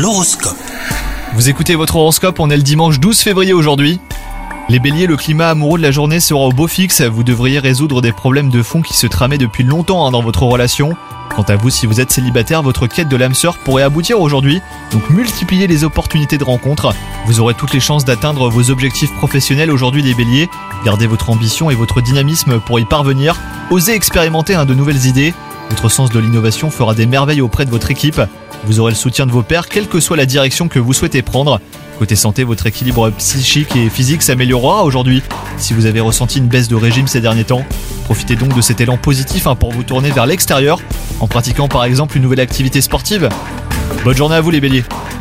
L'horoscope. Vous écoutez votre horoscope, on est le dimanche 12 février aujourd'hui. Les béliers, le climat amoureux de la journée sera au beau fixe. Vous devriez résoudre des problèmes de fond qui se tramaient depuis longtemps dans votre relation. Quant à vous, si vous êtes célibataire, votre quête de l'âme sœur pourrait aboutir aujourd'hui. Donc multipliez les opportunités de rencontre. Vous aurez toutes les chances d'atteindre vos objectifs professionnels aujourd'hui les béliers. Gardez votre ambition et votre dynamisme pour y parvenir. Osez expérimenter de nouvelles idées. Votre sens de l'innovation fera des merveilles auprès de votre équipe. Vous aurez le soutien de vos pairs, quelle que soit la direction que vous souhaitez prendre. Côté santé, votre équilibre psychique et physique s'améliorera aujourd'hui. Si vous avez ressenti une baisse de régime ces derniers temps, profitez donc de cet élan positif pour vous tourner vers l'extérieur, en pratiquant par exemple une nouvelle activité sportive. Bonne journée à vous les béliers.